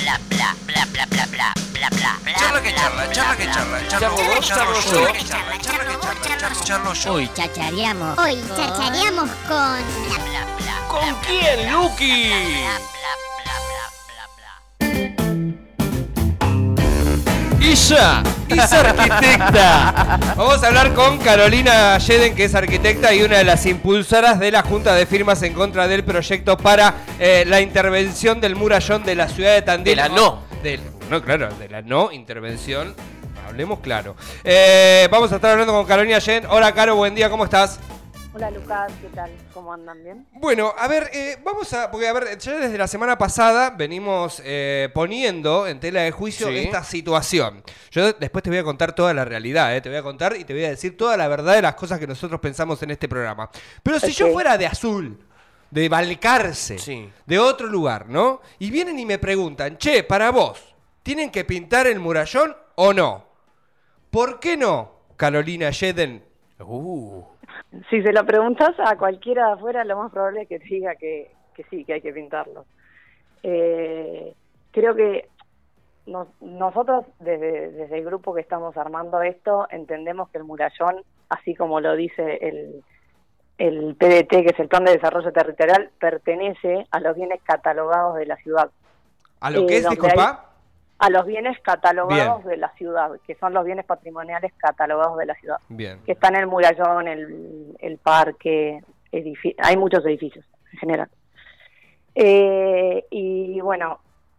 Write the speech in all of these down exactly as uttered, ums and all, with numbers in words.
bla bla bla bla bla bla bla bla. Charla que charla, charla que charla, charlo vos, charlo yo, charla que charla, charla que charla, charlo yo. Hoy chachareamos. Hoy chachareamos con... Bla bla bla. ¿Con quién, Lucky? Bla bla bla bla bla bla. Ella es arquitecta. Vamos a hablar con Carolina Jeden, que es arquitecta y una de las impulsoras de la Junta de Firmas en contra del proyecto para eh, la intervención del murallón de la ciudad de Tandil. De la no. Del, no, claro, de la no intervención. Hablemos claro. Eh, vamos a estar hablando con Carolina Jeden. Hola, Caro, buen día, ¿cómo estás? Hola Lucas, ¿qué tal? ¿Cómo andan? ¿Bien? Bueno, a ver, eh, vamos a... Porque, a ver, ya desde la semana pasada venimos eh, poniendo en tela de juicio Sí. esta situación. Yo después te voy a contar toda la realidad, eh, te voy a contar y te voy a decir toda la verdad de las cosas que nosotros pensamos en este programa. Pero si Ok. yo fuera de Azul, de Balcarce, Sí. de otro lugar, ¿no? Y vienen y me preguntan, che, para vos, ¿tienen que pintar el murallón o no? ¿Por qué no, Carolina Jeden? Uh. Si se lo preguntas a cualquiera de afuera, lo más probable es que te diga que, que sí, que hay que pintarlo. Eh, creo que nos- nosotros, desde, desde el grupo que estamos armando esto, entendemos que el murallón, así como lo dice el, el P D T, que es el Plan de Desarrollo Territorial, pertenece a los bienes catalogados de la ciudad. ¿A lo Eh, que es, donde disculpa? A los bienes catalogados Bien. de la ciudad, que son los bienes patrimoniales catalogados de la ciudad. Bien. Que están en el murallón, el, el parque, edifi- hay muchos edificios en general. Eh, y bueno,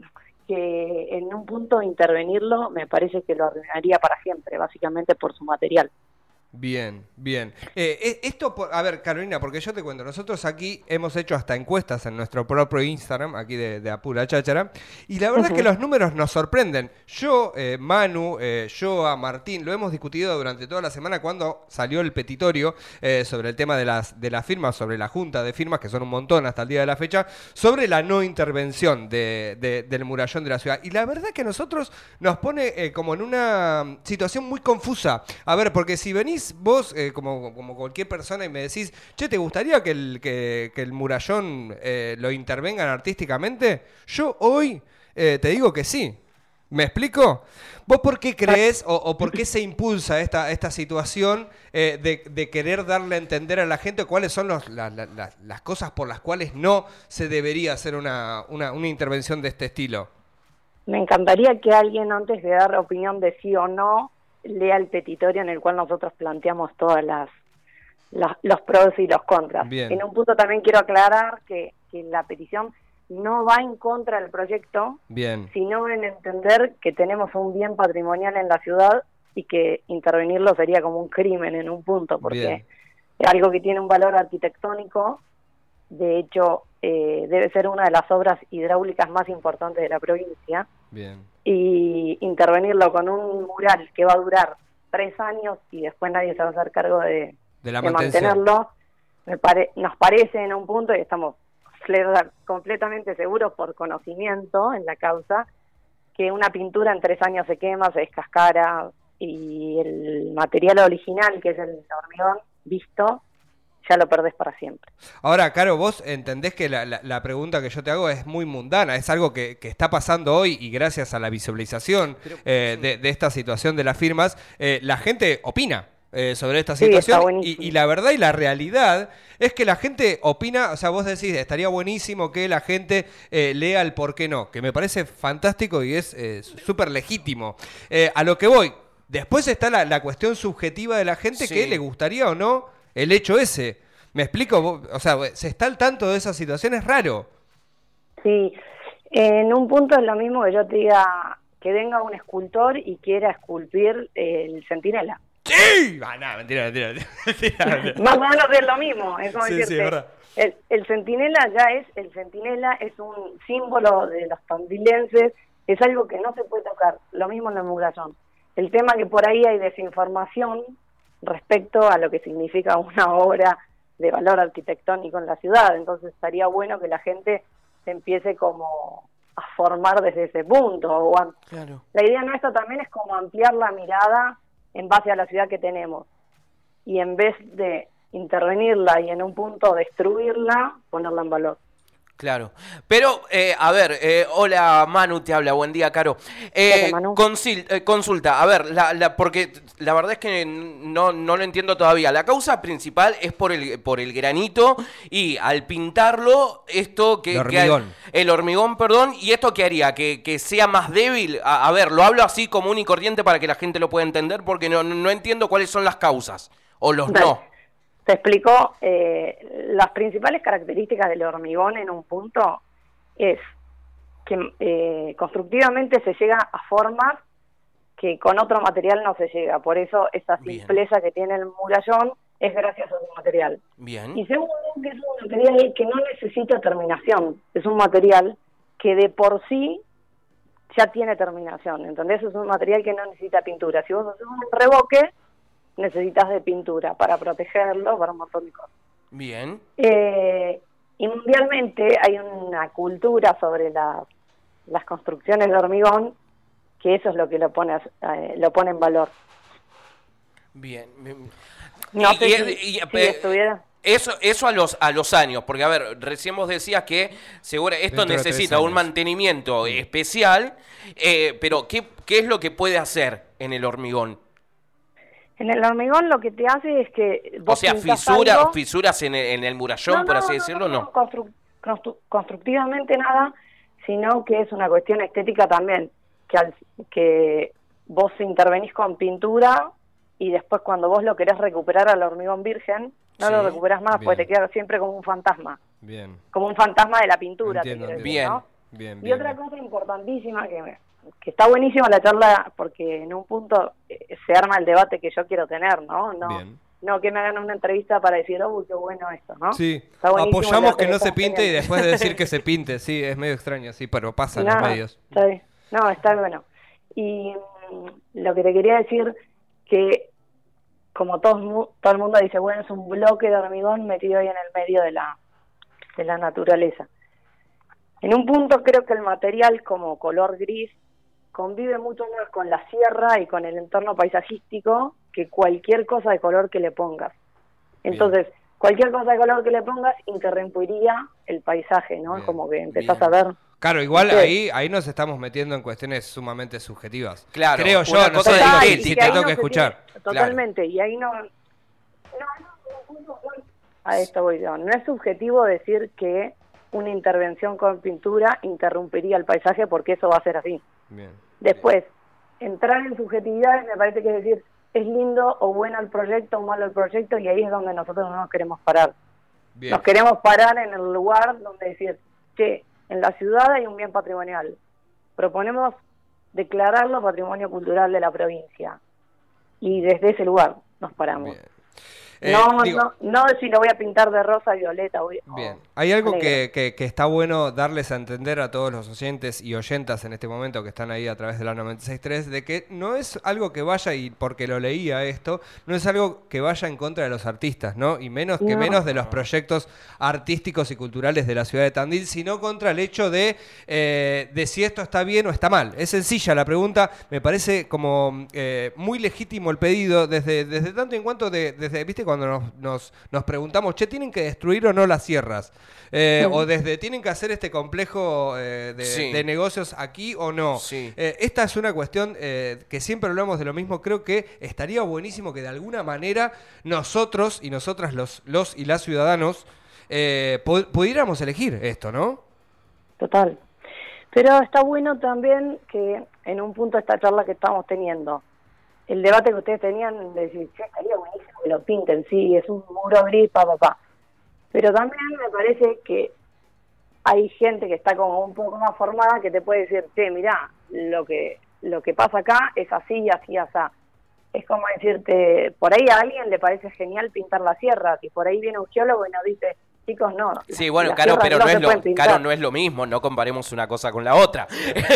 que en un punto intervenirlo me parece que lo arruinaría para siempre, básicamente por su material. Bien, bien. Eh, eh, esto, por- a ver, Carolina, porque yo te cuento, nosotros aquí hemos hecho hasta encuestas en nuestro propio Instagram, aquí de, de Apura Cháchara, y la verdad es que los números nos sorprenden. Yo, eh, Manu, eh, yo, a Martín, lo hemos discutido durante toda la semana cuando salió el petitorio eh, sobre el tema de las, de las firmas, sobre la junta de firmas, que son un montón hasta el día de la fecha, sobre la no intervención de, de- del murallón de la ciudad. Y la verdad que a nosotros nos pone eh, como en una situación muy confusa. A ver, porque si venís vos, eh, como, como cualquier persona, y me decís, che, ¿te gustaría que el, que, que el murallón eh, lo intervengan artísticamente? Yo hoy eh, te digo que sí. ¿Me explico? ¿Vos por qué crees o, o por qué se impulsa esta, esta situación eh, de, de querer darle a entender a la gente cuáles son los, la- la- la- las cosas por las cuales no se debería hacer una, una, una intervención de este estilo? Me encantaría que alguien, antes de dar opinión de sí o no, lea el petitorio en el cual nosotros planteamos todas las, las- los pros y los contras. Bien. En un punto también quiero aclarar que, que la petición no va en contra del proyecto, Bien, sino en entender que tenemos un bien patrimonial en la ciudad y que intervenirlo sería como un crimen en un punto, porque Bien. es algo que tiene un valor arquitectónico. De hecho, eh, debe ser una de las obras hidráulicas más importantes de la provincia, bien. y intervenirlo con un mural que va a durar tres años y después nadie se va a hacer cargo de, De la de mantención. mantenerlo, me pare- nos parece en un punto, y estamos cle- completamente seguros por conocimiento en la causa, que una pintura en tres años se quema, se descascara, y el material original, que es el hormigón visto, ya lo perdés para siempre. Ahora, Caro, vos entendés que la, la- la pregunta que yo te hago es muy mundana, es algo que, que está pasando hoy y gracias a la visibilización eh, de, de esta situación de las firmas, eh, la gente opina eh, sobre esta Sí, situación está y, buenísimo. y la verdad y la realidad es que la gente opina, o sea, vos decís, estaría buenísimo que la gente eh, lea el por qué no, que me parece fantástico y es eh, súper legítimo. Eh, a lo que voy, después está la, la cuestión subjetiva de la gente Sí. que le gustaría o no el hecho ese. ¿Me explico? Vos- O sea, se está al tanto de esa situación, es raro. Sí, en un punto es lo mismo que yo te diga que venga un escultor y quiera esculpir el centinela. ¡Sí! Ah, no, mentira, mentira. mentira, mentira. Más o menos es lo mismo, es como Sí, sí, decirte, es verdad. el, el centinela ya es, el centinela es un símbolo de los tandilenses, es algo que no se puede tocar, lo mismo en el murallón. El tema que por ahí hay desinformación respecto a lo que significa una obra de valor arquitectónico en la ciudad, entonces estaría bueno que la gente se empiece como a formar desde ese punto. O a- Claro. La idea nuestra también es como ampliar la mirada en base a la ciudad que tenemos, y en vez de intervenirla y en un punto destruirla, ponerla en valor. Claro. Pero, eh, a ver, eh, hola Manu, te habla, buen día, Caro. Eh, Hola, Manu. consil- eh, consulta, a ver, la, la, porque la verdad es que no, no lo entiendo todavía. La causa principal es por el, por el granito y al pintarlo, esto que... El que- hormigón. el hormigón, perdón, ¿y esto qué haría? ¿Que, que sea más débil? A, a ver, lo hablo así común y corriente para que la gente lo pueda entender porque no, no entiendo cuáles son las causas, o los Dale. no. Te explico, eh, las principales características del hormigón en un punto es que eh, constructivamente se llega a formas que con otro material no se llega. Por eso esa Bien. simpleza que tiene el murallón es gracias a su material. Bien. Y segundo, que es un material que no necesita terminación. Es un material que de por sí ya tiene terminación. Entonces es un material que no necesita pintura. Si vos haces un revoque, necesitas de pintura para protegerlo, para un montón de cosas. Bien. Eh, y mundialmente hay una cultura sobre las, las construcciones de hormigón que eso es lo que lo pone, a- eh, lo pone en valor. Bien. No Y- sé y- si, y- si pe- estuviera... Eso, eso a los a los años, porque a ver, recién vos decías que seguro esto Dentro de tres necesita un años. mantenimiento especial, eh, pero ¿qué, ¿qué es lo que puede hacer en el hormigón? En el hormigón lo que te hace es que... O vos sea, pintás fisura, algo- fisuras en el, en el murallón, por así decirlo, no. constru- constru- constructivamente nada, sino que es una cuestión estética también, que, al, que vos intervenís con pintura y después cuando vos lo querés recuperar al hormigón virgen, no Sí, lo recuperás más, bien. porque te queda siempre como un fantasma, Bien. como un fantasma de la pintura. te Entiendo, quiero entiendo. decir, ¿no? Bien, Y bien. otra cosa importantísima que, me- que está buenísima la charla, porque en un punto eh, se arma el debate que yo quiero tener, ¿no? No, Bien. no que me hagan una entrevista para decir, uy, qué bueno esto, ¿no? Sí, Está buenísimo el apoyamos debate que no se estás pinte y teniendo. después de decir que se pinte, sí, es medio extraño, sí, pero pasa en No, los medios. está bien. No, está bueno. Y mm, lo que te quería decir, que como todo, mu- todo el mundo dice, bueno, es un bloque de hormigón metido ahí en el medio de la, de la naturaleza. En un punto creo que el material como color gris convive mucho más con la sierra y con el entorno paisajístico que cualquier cosa de color que le pongas. Entonces, cualquier cosa de color que le pongas interrumpiría el paisaje, ¿no? Bien, Como que empezás bien. a ver... Claro, igual Sí. ahí ahí nos estamos metiendo en cuestiones sumamente subjetivas. Claro, Creo yo, una no cosa sé de si- estética. si, y te que tengo no que se escuchar. tiene- totalmente, y ahí no, no, no, no, a esto voy yo. No es subjetivo decir que una intervención con pintura interrumpiría el paisaje, porque eso va a ser así. Bien. Después, entrar en subjetividades me parece que es decir, es lindo o bueno el proyecto o malo el proyecto, y ahí es donde nosotros no nos queremos parar. Bien. Nos queremos parar en el lugar donde decir, che, en la ciudad hay un bien patrimonial. Proponemos declararlo patrimonio cultural de la provincia. Y desde ese lugar nos paramos. Bien. Eh, no, digo- no, no si lo voy a pintar de rosa, violeta. o- Bien, o hay algo negro. que, que- que está bueno darles a entender a todos los oyentes y oyentas en este momento que están ahí a través de la noventa y seis punto tres, de que no es algo que vaya, y porque lo leía esto, no es algo que vaya en contra de los artistas, ¿no? Y menos que No. menos de los proyectos artísticos y culturales de la ciudad de Tandil, sino contra el hecho de, eh, de si esto está bien o está mal. Es sencilla la pregunta, me parece como eh, muy legítimo el pedido, desde, desde tanto en cuanto, de, desde, ¿viste? Cuando nos, nos, nos preguntamos, che, ¿tienen que destruir o no las sierras? Eh, Sí. O desde, ¿tienen que hacer este complejo eh, de, Sí. de negocios aquí o no? Sí. Eh, esta es una cuestión eh, que siempre hablamos de lo mismo. Creo que estaría buenísimo que de alguna manera nosotros y nosotras, los, los y las ciudadanos, eh, pu- pudiéramos elegir esto, ¿no? Total. Pero está bueno también que en un punto de esta charla que estamos teniendo, el debate que ustedes tenían de decir, che, estaría buenísimo que lo pinten, sí, es un muro gris, pa, pa, pa. Pero también me parece que hay gente que está como un poco más formada que te puede decir, che, mirá, lo que, lo que pasa acá es así, así, así. Es como decirte, por ahí a alguien le parece genial pintar la sierra, y por ahí viene un geólogo y nos dice, chicos, no. Sí, las- bueno, las Caro, sierras pero no, se es lo, pueden pintar. Caro, no es lo mismo, no comparemos una cosa con la otra.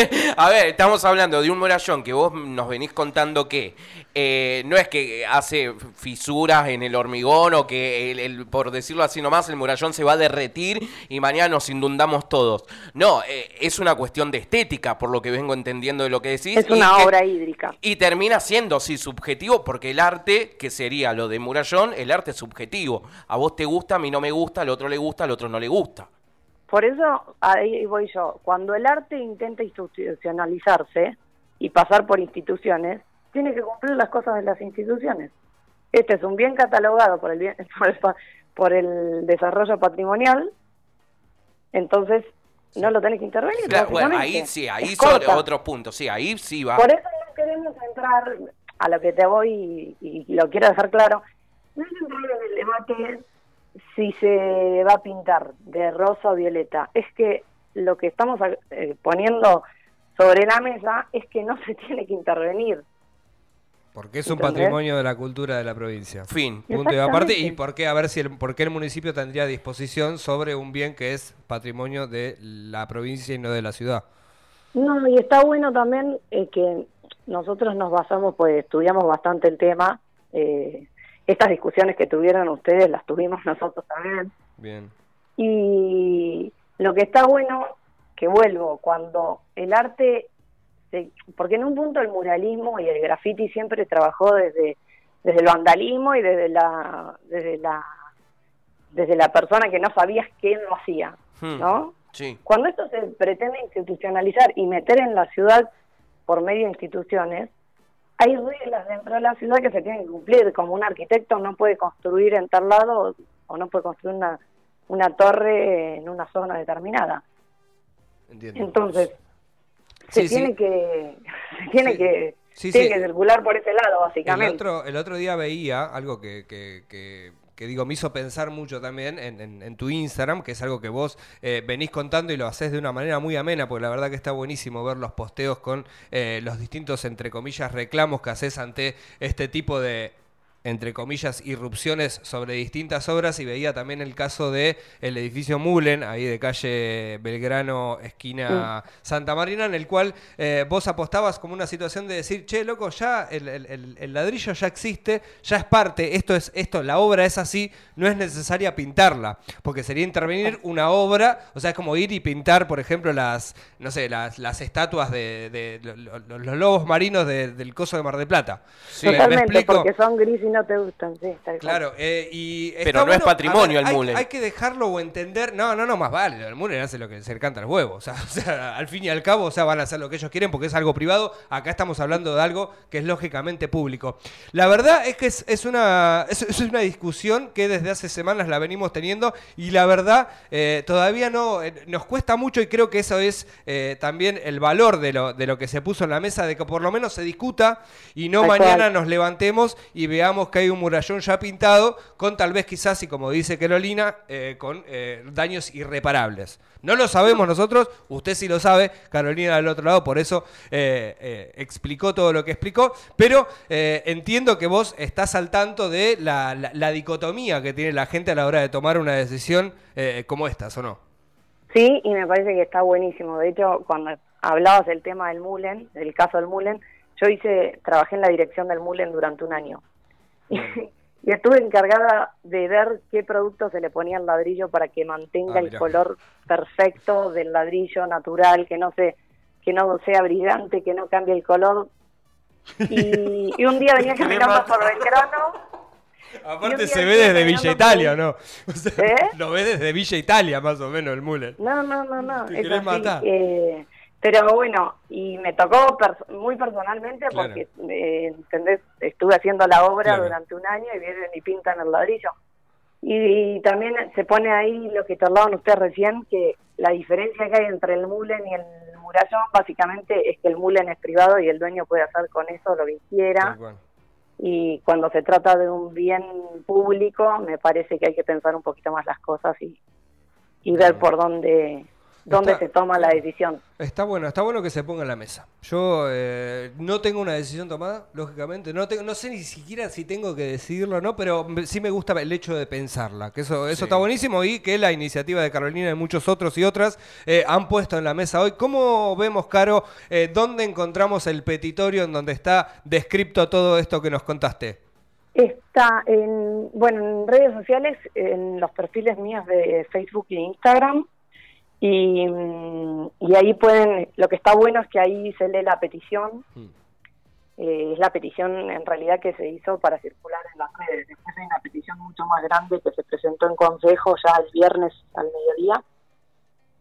A ver, estamos hablando de un murallón que vos nos venís contando que eh, no es que hace fisuras en el hormigón o que, el, el- por decirlo así nomás, el murallón se va a derretir y mañana nos inundamos todos. No, eh, es una cuestión de estética, por lo que vengo entendiendo de lo que decís. Es y una que- obra hídrica. Y termina siendo, sí, subjetivo, porque el arte, que sería lo de murallón, el arte es subjetivo. A vos te gusta, a mí no me gusta, al otro le gusta, al otro no le gusta. por eso ahí voy yo. Cuando el arte intenta institucionalizarse y pasar por instituciones, tiene que cumplir las cosas de las instituciones. Este es un bien catalogado por el bien, por el, por el desarrollo patrimonial, entonces no lo tenés que intervenir. Claro, bueno, ahí sí, ahí son otros puntos, sí, ahí sí va. Por eso no queremos entrar a lo que te voy y, y lo quiero dejar claro. No es entrar en el debate si se va a pintar de rosa o violeta. Es que lo que estamos eh, poniendo sobre la mesa es que no se tiene que intervenir. Porque es un ¿Entendés? Patrimonio de la cultura de la provincia. Fin. Punto y aparte. ¿Y por qué? A ver si el, por qué el municipio tendría disposición sobre un bien que es patrimonio de la provincia y no de la ciudad. No, y está bueno también eh, que nosotros nos basamos, pues estudiamos bastante el tema. Eh, estas discusiones que tuvieron ustedes las tuvimos nosotros también. Bien. Y lo que está bueno, que vuelvo, cuando el arte... porque en un punto el muralismo y el graffiti siempre trabajó desde desde el vandalismo y desde la desde la desde la persona que no sabías quién lo hacía, ¿no? Sí. Cuando esto se pretende institucionalizar y meter en la ciudad por medio de instituciones, hay reglas dentro de la ciudad que se tienen que cumplir, como un arquitecto no puede construir en tal lado o no puede construir una una torre en una zona determinada. Entiendo. Entonces se Sí, tiene sí. que se tiene Sí. que Sí, tiene sí. que circular por ese lado, El básicamente. otro, el otro día veía algo que, que, que, que digo, me hizo pensar mucho también en, en, en tu Instagram, que es algo que vos eh, venís contando y lo hacés de una manera muy amena, porque la verdad que está buenísimo ver los posteos con eh, los distintos, entre comillas, reclamos que haces ante este tipo de, entre comillas, irrupciones sobre distintas obras, y veía también el caso de el edificio Mullen, ahí de calle Belgrano, esquina mm. Santa Marina, en el cual eh, vos apostabas como una situación de decir, che, loco, ya el, el, el ladrillo ya existe, ya es parte, esto es esto, la obra es así, no es necesaria pintarla, porque sería intervenir una obra, o sea, es como ir y pintar, por ejemplo, las, no sé, las, las estatuas de, de, de los, los lobos marinos de, del coso de Mar del Plata. Sí. Totalmente, porque son gris y no te gustan, sí, tal Claro, eh, y pero no bueno, es patrimonio ver, el hay, Mullen. Hay que dejarlo o entender, no, no, no, más vale, el Mullen hace lo que se le canta al huevo, o sea, o sea, al fin y al cabo, o sea, van a hacer lo que ellos quieren porque es algo privado, acá estamos hablando de algo que es lógicamente público. La verdad es que es, es, una, es, es una discusión que desde hace semanas la venimos teniendo y la verdad eh, todavía no, eh, nos cuesta mucho y creo que eso es eh, también el valor de lo, de lo que se puso en la mesa, de que por lo menos se discuta y no Actual. mañana nos levantemos y veamos que hay un murallón ya pintado con tal vez quizás, y como dice Carolina, eh, con eh, daños irreparables. No lo sabemos nosotros, usted sí lo sabe, Carolina del otro lado, por eso eh, eh, explicó todo lo que explicó, pero eh, entiendo que vos estás al tanto de la, la, la dicotomía que tiene la gente a la hora de tomar una decisión eh, como esta, ¿o no? Sí, y me parece que está buenísimo. De hecho, cuando hablabas del tema del Mullen, del caso del Mullen, yo hice, trabajé en la dirección del Mullen durante un año. Y, y estuve encargada de ver qué producto se le ponía al ladrillo para que mantenga ah, el color perfecto del ladrillo natural, que no se, que no sea brillante, que no cambie el color. Y, y un día venía caminando por Belgrano. Aparte se ve desde Villa Italia, ¿no? O sea, ¿Eh? Lo ve desde Villa Italia, más o menos, el Mullen. No, no, no, no. ¿Te es querés así, matar? Eh, pero bueno, y me tocó pers- muy personalmente Claro. porque, eh, ¿entendés? Estuve haciendo la obra Claro. durante un año y vienen y pintan el ladrillo. Y, y también se pone ahí lo que charlaban ustedes recién, que la diferencia que hay entre el Mullen y el murallón básicamente es que el Mullen es privado y el dueño puede hacer con eso lo que quiera. Y cuando se trata de un bien público, me parece que hay que pensar un poquito más las cosas y, y ver por dónde... dónde Está, se toma la decisión. Está bueno, está bueno que se ponga en la mesa. Yo eh, no tengo una decisión tomada, lógicamente. No tengo, no sé ni siquiera si tengo que decidirlo o no, pero sí me gusta el hecho de pensarla. Que eso, eso Sí. está buenísimo y que la iniciativa de Carolina y muchos otros y otras eh, han puesto en la mesa hoy. ¿Cómo vemos, Caro, eh, dónde encontramos el petitorio en donde está descrito todo esto que nos contaste? Está en, bueno, en redes sociales, en los perfiles míos de Facebook e Instagram. Y, y ahí pueden, lo que está bueno es que ahí se lee la petición, mm. eh, es la petición en realidad que se hizo para circular en las redes. Después hay una petición mucho más grande que se presentó en consejo ya el viernes al mediodía,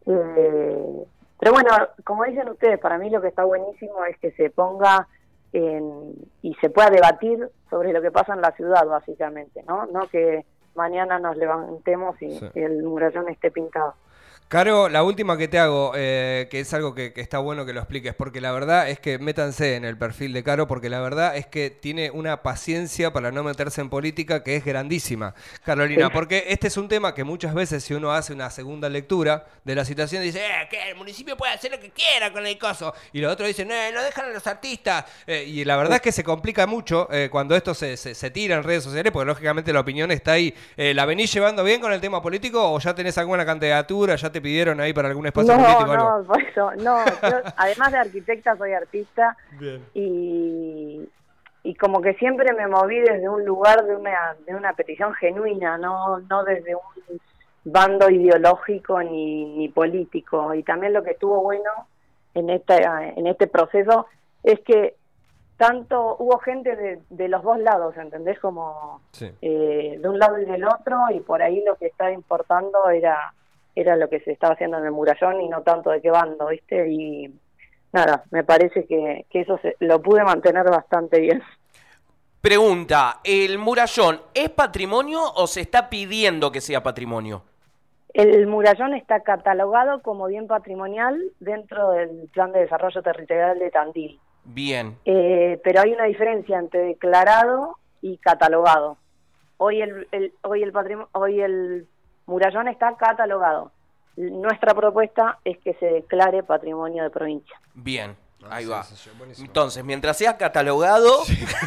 Eh, pero bueno, como dicen ustedes, para mí lo que está buenísimo es que se ponga en, y se pueda debatir sobre lo que pasa en la ciudad, básicamente, ¿no? No que mañana nos levantemos y, Sí. y el murallón esté pintado. Caro, la última que te hago, eh, que es algo que, que está bueno que lo expliques, porque la verdad es que métanse en el perfil de Caro, porque la verdad es que tiene una paciencia para no meterse en política que es grandísima, Carolina, Sí. porque este es un tema que muchas veces si uno hace una segunda lectura de la situación dice, eh, que el municipio puede hacer lo que quiera con el coso, y los otros dicen, eh, no dejan a los artistas, eh, y la verdad es que se complica mucho eh, cuando esto se, se, se tira en redes sociales, porque lógicamente la opinión está ahí. Eh, ¿La venís llevando bien con el tema político o ya tenés alguna candidatura, ya te pidieron ahí para algún espacio No, político o algo? no, por eso, no. Yo, además de arquitecta, soy artista. Bien. Y, y como que siempre me moví desde un lugar de una, de una petición genuina, no, no desde un bando ideológico ni, ni político. Y también lo que estuvo bueno en, esta, en este proceso es que tanto hubo gente de, de los dos lados, ¿entendés? Como Sí. eh, de un lado y del otro, y por ahí lo que estaba importando era era lo que se estaba haciendo en el murallón y no tanto de qué bando, ¿viste? Y nada, me parece que, que eso se, lo pude mantener bastante bien. Pregunta, ¿el murallón es patrimonio o se está pidiendo que sea patrimonio? El murallón está catalogado como bien patrimonial dentro del Plan de Desarrollo Territorial de Tandil. Bien. Eh, pero hay una diferencia entre declarado y catalogado. Hoy el, el hoy el patrimo- hoy el murallón está catalogado. Nuestra propuesta es que se declare patrimonio de provincia. Bien, ahí sí, va. sí, sí, buenísimo. Entonces, mientras sea catalogado,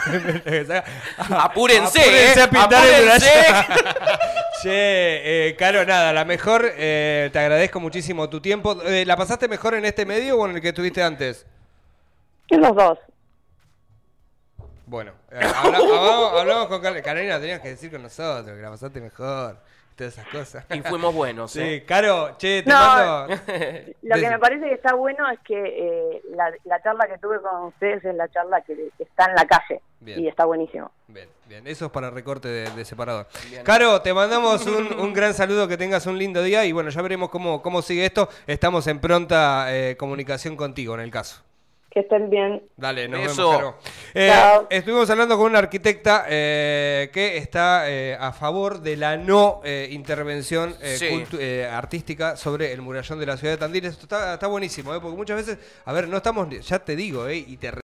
apúrense, Apúrense ¿eh? a pintar el Apúrense. murallón. Che, eh, Caro, nada, la mejor, eh, te agradezco muchísimo tu tiempo. Eh, ¿La pasaste mejor en este medio o en el que estuviste antes? En los dos. Bueno, eh, habla- hablamos, hablamos con Car- Carolina, tenías que decir con nosotros, que la pasaste mejor, todas esas cosas. Y fuimos buenos, ¿eh? Sí, Caro, che, te No, mando... Lo que me parece que está bueno es que eh, la, la charla que tuve con ustedes es la charla que, que está en la calle. Bien. Y está buenísimo. Bien, bien, eso es para recorte de, de separador. Bien. Caro, te mandamos un, un gran saludo, que tengas un lindo día y bueno, ya veremos cómo, cómo sigue esto. Estamos en pronta eh, comunicación contigo en el caso. Que estén bien. Dale, nos Beso. vemos, Caro. Eh, Chao. estuvimos hablando con una arquitecta eh, que está eh, a favor de la no eh, intervención eh, Sí. cultu- eh, artística sobre el murallón de la ciudad de Tandil. Esto está, está buenísimo, eh, porque muchas veces, a ver, no estamos, ya te digo, eh, y te